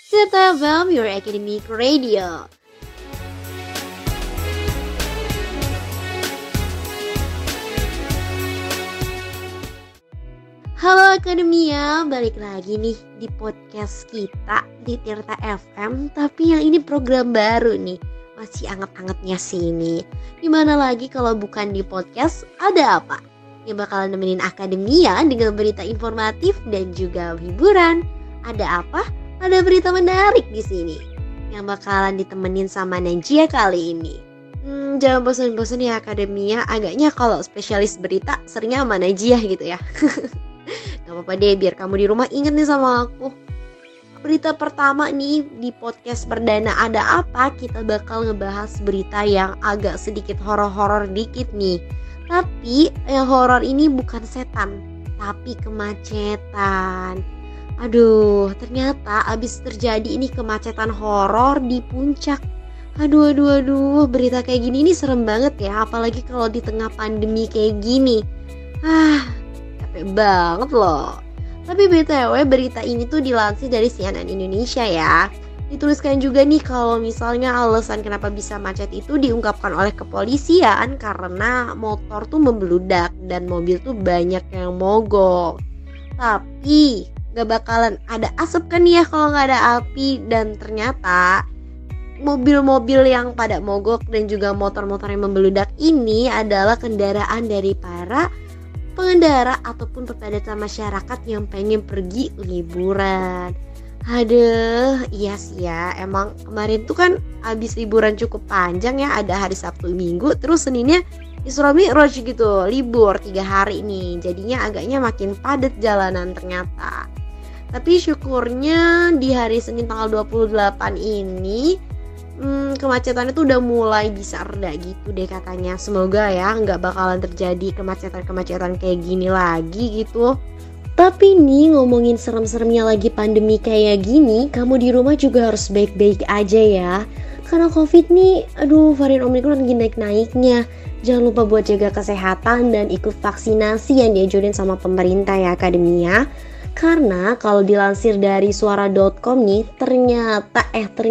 Tirta FM, your academic radio. Halo Akademia, balik lagi nih di podcast kita di Tirta FM. Tapi yang ini program baru nih, masih anget-angetnya sih ini. Dimana lagi kalau bukan di podcast, ada apa? Yang bakalan nemenin Akademia dengan berita informatif dan juga hiburan. Ada apa? Ada berita menarik di sini yang bakalan ditemenin sama Najia kali ini. Jangan bosan-bosan ya Akademia. Agaknya kalau spesialis berita seringnya sama Najia gitu ya. Gak apa-apa deh, biar kamu di rumah inget nih sama aku. Berita pertama nih di podcast perdana ada apa? Kita bakal ngebahas berita yang agak sedikit horor-horor dikit nih. Tapi yang horor ini bukan setan, tapi kemacetan. Aduh, ternyata abis terjadi ini kemacetan horor di puncak. Aduh, berita kayak gini ini serem banget ya. Apalagi kalau di tengah pandemi kayak gini. Capek banget loh. Tapi BTW berita ini tuh dilansir dari CNN Indonesia ya. Dituliskan juga nih kalau misalnya alasan kenapa bisa macet itu diungkapkan oleh kepolisian karena motor tuh membludak dan mobil tuh banyak yang mogok. Tapi gak bakalan ada asap kan ya kalau gak ada api. Dan ternyata mobil-mobil yang pada mogok dan juga motor-motor yang membeludak ini adalah kendaraan dari para pengendara ataupun pepadatan masyarakat yang pengen pergi liburan. Aduh, iya sih ya. Emang kemarin tuh kan abis liburan cukup panjang ya. Ada hari Sabtu Minggu, terus Seninnya Isra Mi'raj gitu, libur 3 hari nih. Jadinya agaknya makin padat jalanan ternyata. Tapi syukurnya di hari Senin tanggal 28 ini kemacetan itu udah mulai bisa reda gitu deh katanya. Semoga ya nggak bakalan terjadi kemacetan kayak gini lagi gitu. Tapi nih ngomongin serem-seremnya lagi pandemi kayak gini, kamu di rumah juga harus baik-baik aja ya. Karena COVID nih, varian Omicron lagi naik-naiknya. Jangan lupa buat jaga kesehatan dan ikut vaksinasi yang diajurin sama pemerintah ya Akademia. Karena kalau dilansir dari suara.com nih, ternyata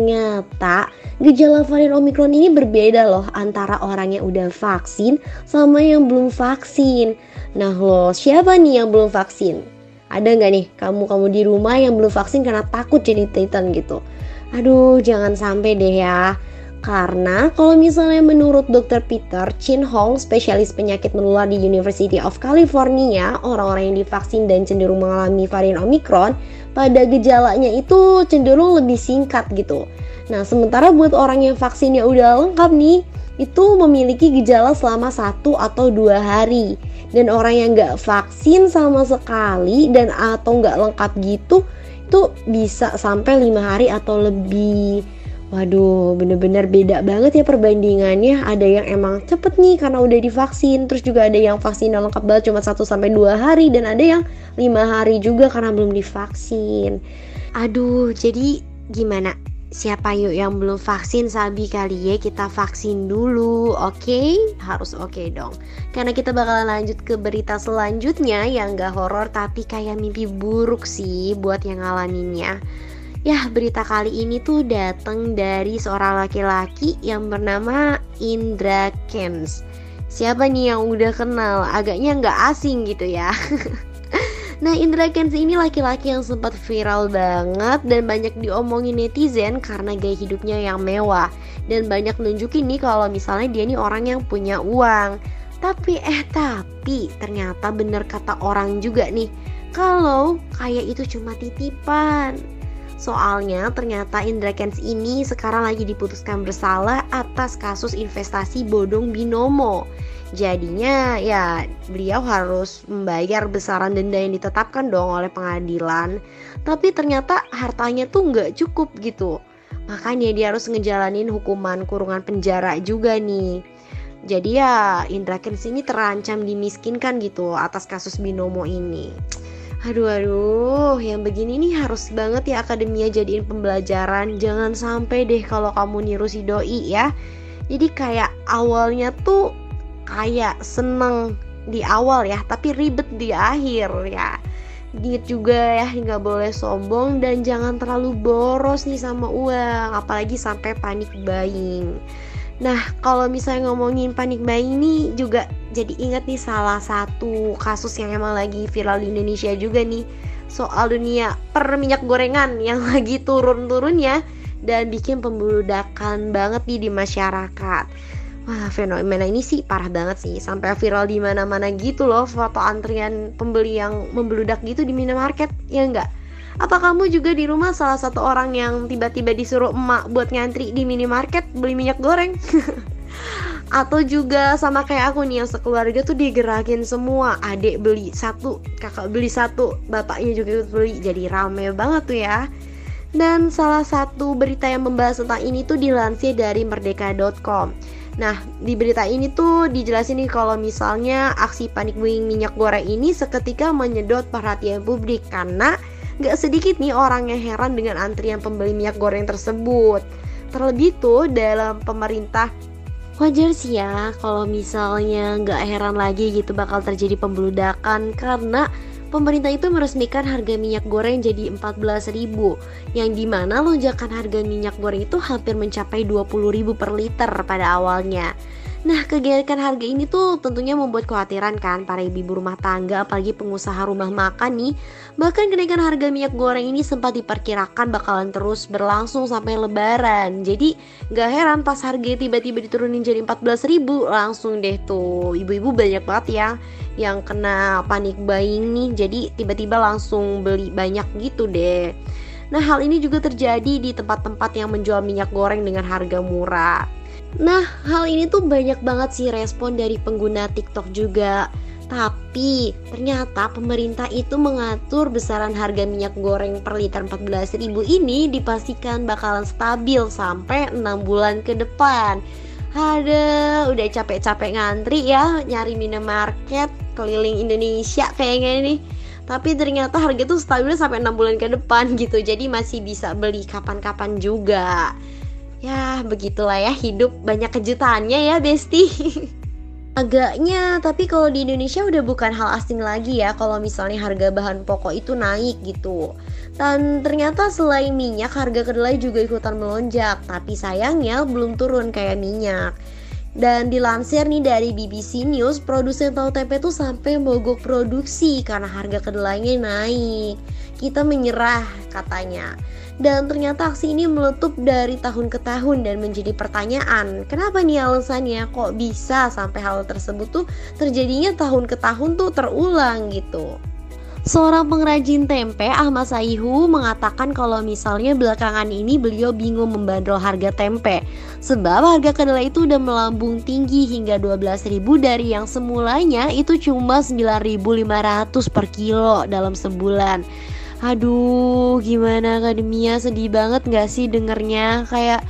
gejala varian Omicron ini berbeda loh antara orang yang udah vaksin sama yang belum vaksin. Nah loh, siapa nih yang belum vaksin? Ada gak nih kamu di rumah yang belum vaksin karena takut jadi Titan gitu? Aduh, jangan sampai deh ya. Karena kalau misalnya menurut Dr. Peter Chin Hong, spesialis penyakit menular di University of California, orang-orang yang divaksin dan cenderung mengalami varian Omicron, pada gejalanya itu cenderung lebih singkat gitu. Nah, sementara buat orang yang vaksinnya udah lengkap nih, itu memiliki gejala selama 1 atau 2 hari. Dan orang yang gak vaksin sama sekali dan atau gak lengkap gitu, itu bisa sampai 5 hari atau lebih. Waduh, bener-bener beda banget ya perbandingannya. Ada yang emang cepet nih karena udah divaksin. Terus juga ada yang vaksinnya lengkap banget cuma 1-2 hari. Dan ada yang 5 hari juga karena belum divaksin. Aduh, jadi gimana? Siapa yuk yang belum vaksin? Sabi kali ya, kita vaksin dulu, oke? Harus oke dong. Karena kita bakalan lanjut ke berita selanjutnya yang gak horor tapi kayak mimpi buruk sih buat yang ngalaminnya. Ya, berita kali ini tuh datang dari seorang laki-laki yang bernama Indra Kents. Siapa nih yang udah kenal? Agaknya gak asing gitu ya. Nah, Indra Kents ini laki-laki yang sempat viral banget dan banyak diomongin netizen karena gaya hidupnya yang mewah. Dan banyak nunjukin nih kalau misalnya dia nih orang yang punya uang. Tapi ternyata bener kata orang juga nih, kalau kaya itu cuma titipan. Soalnya ternyata Indra Kents ini sekarang lagi diputuskan bersalah atas kasus investasi bodong binomo. Jadinya ya beliau harus membayar besaran denda yang ditetapkan dong oleh pengadilan. Tapi ternyata hartanya tuh gak cukup gitu. Makanya dia harus ngejalanin hukuman kurungan penjara juga nih. Jadi ya Indra Kents ini terancam dimiskinkan gitu atas kasus binomo ini. Aduh, yang begini nih harus banget ya Akademia jadiin pembelajaran. Jangan sampai deh kalau kamu niru si doi ya. Jadi kayak awalnya tuh kayak seneng di awal ya, tapi ribet di akhir ya. Ingat juga ya, nggak boleh sombong dan jangan terlalu boros nih sama uang, apalagi sampai panic buying. Nah, kalau misalnya ngomongin panic buying ini juga jadi ingat nih salah satu kasus yang emang lagi viral di Indonesia juga nih, soal dunia per minyak gorengan yang lagi turun-turunnya dan bikin pembeludakan banget nih di masyarakat. Wah, fenomena ini sih parah banget sih, sampai viral di mana-mana gitu loh foto antrian pembeli yang membeludak gitu di minimarket, ya enggak? Apa kamu juga di rumah salah satu orang yang tiba-tiba disuruh emak buat ngantri di minimarket beli minyak goreng? Atau juga sama kayak aku nih yang sekeluarga tuh digerakin semua, adik beli satu, kakak beli satu, bapaknya juga ikut beli, jadi rame banget tuh ya. Dan salah satu berita yang membahas tentang ini tuh dilansir dari merdeka.com. Nah, di berita ini tuh dijelasin nih kalau misalnya aksi panik buying minyak goreng ini seketika menyedot perhatian publik karena gak sedikit nih orang yang heran dengan antrian pembeli minyak goreng tersebut. Terlebih tuh dalam pemerintah, wajar sih ya kalau misalnya gak heran lagi gitu bakal terjadi pembeludakan karena pemerintah itu meresmikan harga minyak goreng jadi 14.000, yang dimana lonjakan harga minyak goreng itu hampir mencapai 20.000 per liter pada awalnya. Nah, kenaikan harga ini tuh tentunya membuat kekhawatiran kan para ibu-ibu rumah tangga, apalagi pengusaha rumah makan nih. Bahkan kenaikan harga minyak goreng ini sempat diperkirakan bakalan terus berlangsung sampai lebaran. Jadi gak heran pas harga tiba-tiba diturunin jadi 14.000, langsung deh tuh ibu-ibu banyak banget ya yang kena panik buying nih. Jadi tiba-tiba langsung beli banyak gitu deh. Nah, hal ini juga terjadi di tempat-tempat yang menjual minyak goreng dengan harga murah. Nah, hal ini tuh banyak banget sih respon dari pengguna TikTok juga. Tapi ternyata pemerintah itu mengatur besaran harga minyak goreng per liter 14.000 ini dipastikan bakalan stabil sampai 6 bulan ke depan. Ada, udah capek-capek ngantri ya nyari minimarket keliling Indonesia kayaknya nih. Tapi ternyata harga tuh stabil sampai 6 bulan ke depan gitu. Jadi masih bisa beli kapan-kapan juga. Ya begitulah ya hidup, banyak kejutannya ya Besti. Agaknya, tapi kalau di Indonesia udah bukan hal asing lagi ya kalau misalnya harga bahan pokok itu naik gitu. Dan ternyata selain minyak, harga kedelai juga ikutan melonjak. Tapi sayangnya belum turun kayak minyak. Dan dilansir nih dari BBC News, produsen tahu tempe tuh sampai mogok produksi karena harga kedelainya naik. Kita menyerah katanya. Dan ternyata aksi ini meletup dari tahun ke tahun dan menjadi pertanyaan, kenapa nih alasannya kok bisa sampai hal tersebut tuh terjadinya tahun ke tahun tuh terulang gitu. Seorang pengrajin tempe, Ahmad Saihu, mengatakan kalau misalnya belakangan ini beliau bingung membandrol harga tempe sebab harga kedelai itu udah melambung tinggi hingga 12.000 dari yang semulanya itu cuma 9.500 per kilo dalam sebulan. Aduh, gimana Akademia, sedih banget gak sih dengernya? Kayak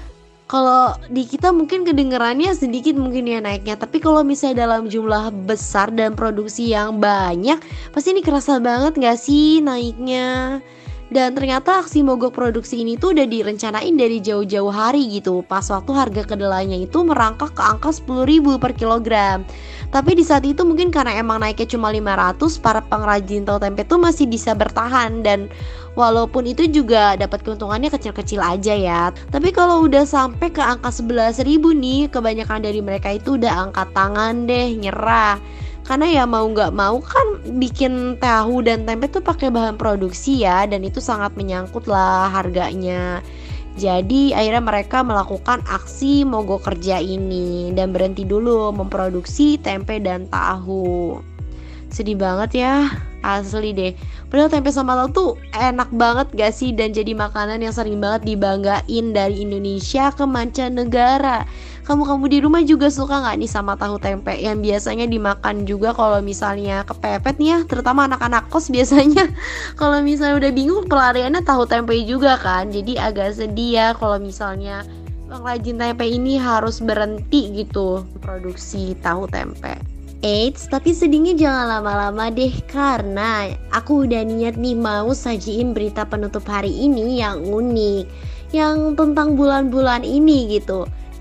kalau di kita mungkin kedengerannya sedikit mungkin ya naiknya, tapi kalau misalnya dalam jumlah besar dan produksi yang banyak, pasti ini kerasa banget gak sih naiknya? Dan ternyata aksi mogok produksi ini tuh udah direncanain dari jauh-jauh hari gitu. Pas waktu harga kedelainya itu merangkak ke angka 10.000 per kilogram. Tapi di saat itu mungkin karena emang naiknya cuma 500, para pengrajin tahu tempe tuh masih bisa bertahan. Dan walaupun itu juga dapat keuntungannya kecil-kecil aja ya. Tapi kalau udah sampai ke angka 11.000 nih, kebanyakan dari mereka itu udah angkat tangan deh, nyerah. Karena ya mau gak mau kan bikin tahu dan tempe tuh pakai bahan produksi ya, dan itu sangat menyangkut lah harganya. Jadi akhirnya mereka melakukan aksi mogok kerja ini dan berhenti dulu memproduksi tempe dan tahu. Sedih banget ya, asli deh. Padahal tempe sama tahu tuh enak banget gak sih, dan jadi makanan yang sering banget dibanggain dari Indonesia ke mancanegara. Kamu di rumah juga suka gak nih sama tahu tempe yang biasanya dimakan juga kalau misalnya kepepet nih ya, terutama anak-anak kos biasanya. Kalau misalnya udah bingung pelariannya tahu tempe juga kan. Jadi agak sedih ya kalau misalnya pengrajin tempe ini harus berhenti gitu produksi tahu tempe. Eits, tapi sedihnya jangan lama-lama deh, karena aku udah niat nih mau sajiin berita penutup hari ini yang unik, yang tentang bulan-bulan ini gitu.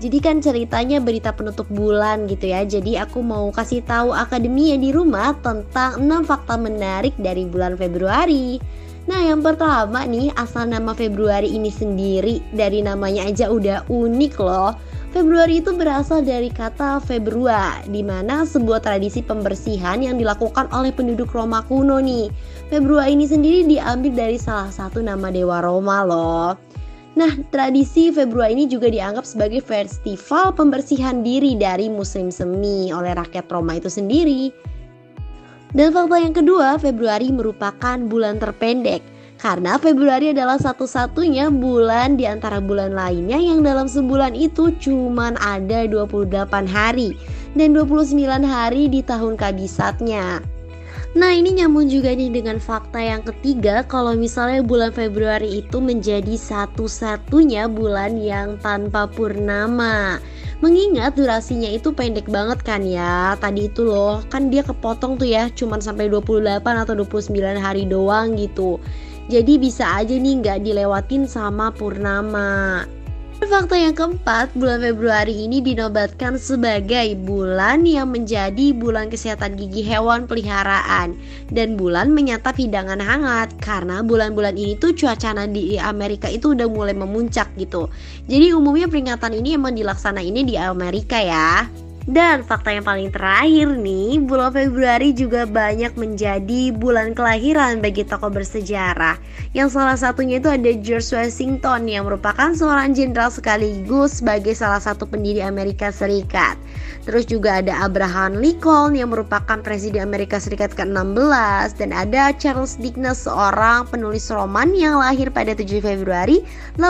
Jadi kan ceritanya berita penutup bulan gitu ya. Jadi aku mau kasih tahu akademia di rumah tentang 6 fakta menarik dari bulan Februari. Nah, yang pertama nih, asal nama Februari ini sendiri, dari namanya aja udah unik loh. Februari itu berasal dari kata Februa, di mana sebuah tradisi pembersihan yang dilakukan oleh penduduk Roma kuno nih. Februa ini sendiri diambil dari salah satu nama dewa Roma loh. Nah, tradisi Februa ini juga dianggap sebagai festival pembersihan diri dari musim semi oleh rakyat Roma itu sendiri. Dan fakta yang kedua, Februari merupakan bulan terpendek karena Februari adalah satu-satunya bulan di antara bulan lainnya yang dalam sebulan itu cuman ada 28 hari dan 29 hari di tahun kabisatnya. Nah, ini nyambung juga nih dengan fakta yang ketiga, kalau misalnya bulan Februari itu menjadi satu-satunya bulan yang tanpa purnama. Mengingat durasinya itu pendek banget kan ya. Tadi itu loh, kan dia kepotong tuh ya, cuman sampai 28 atau 29 hari doang gitu. Jadi bisa aja nih gak dilewatin sama purnama. Fakta yang keempat, bulan Februari ini dinobatkan sebagai bulan yang menjadi bulan kesehatan gigi hewan peliharaan dan bulan menyantap hidangan hangat karena bulan-bulan ini tuh cuaca di Amerika itu udah mulai memuncak gitu. Jadi umumnya peringatan ini emang dilaksanainnya di Amerika ya. Dan fakta yang paling terakhir nih, bulan Februari juga banyak menjadi bulan kelahiran bagi tokoh bersejarah. Yang salah satunya itu ada George Washington yang merupakan seorang jenderal sekaligus sebagai salah satu pendiri Amerika Serikat. Terus juga ada Abraham Lincoln yang merupakan presiden Amerika Serikat ke-16. Dan ada Charles Dickens, seorang penulis roman yang lahir pada 7 Februari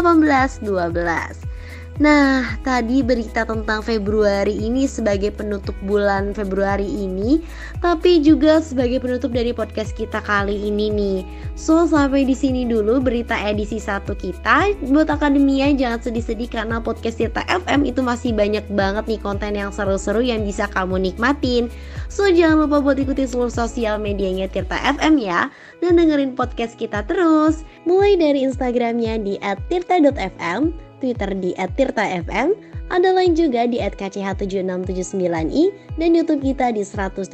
1812. Nah, tadi berita tentang Februari ini sebagai penutup bulan Februari ini, tapi juga sebagai penutup dari podcast kita kali ini nih. So, sampai di sini dulu berita edisi 1 kita. Buat akademia jangan sedih-sedih karena podcast Tirta FM itu masih banyak banget nih konten yang seru-seru yang bisa kamu nikmatin. So, jangan lupa buat ikuti seluruh sosial medianya Tirta FM ya, dan dengerin podcast kita terus. Mulai dari Instagramnya di @tirta.fm, Twitter di @tirta_fm, ada lain juga di @kch7679i, dan YouTube kita di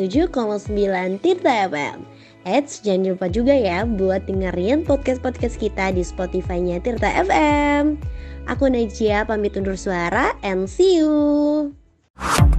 107,9 Tirta FM. Jangan lupa juga ya buat dengerin podcast-podcast kita di Spotify-nya Tirta FM. Aku Najia pamit undur suara and see you.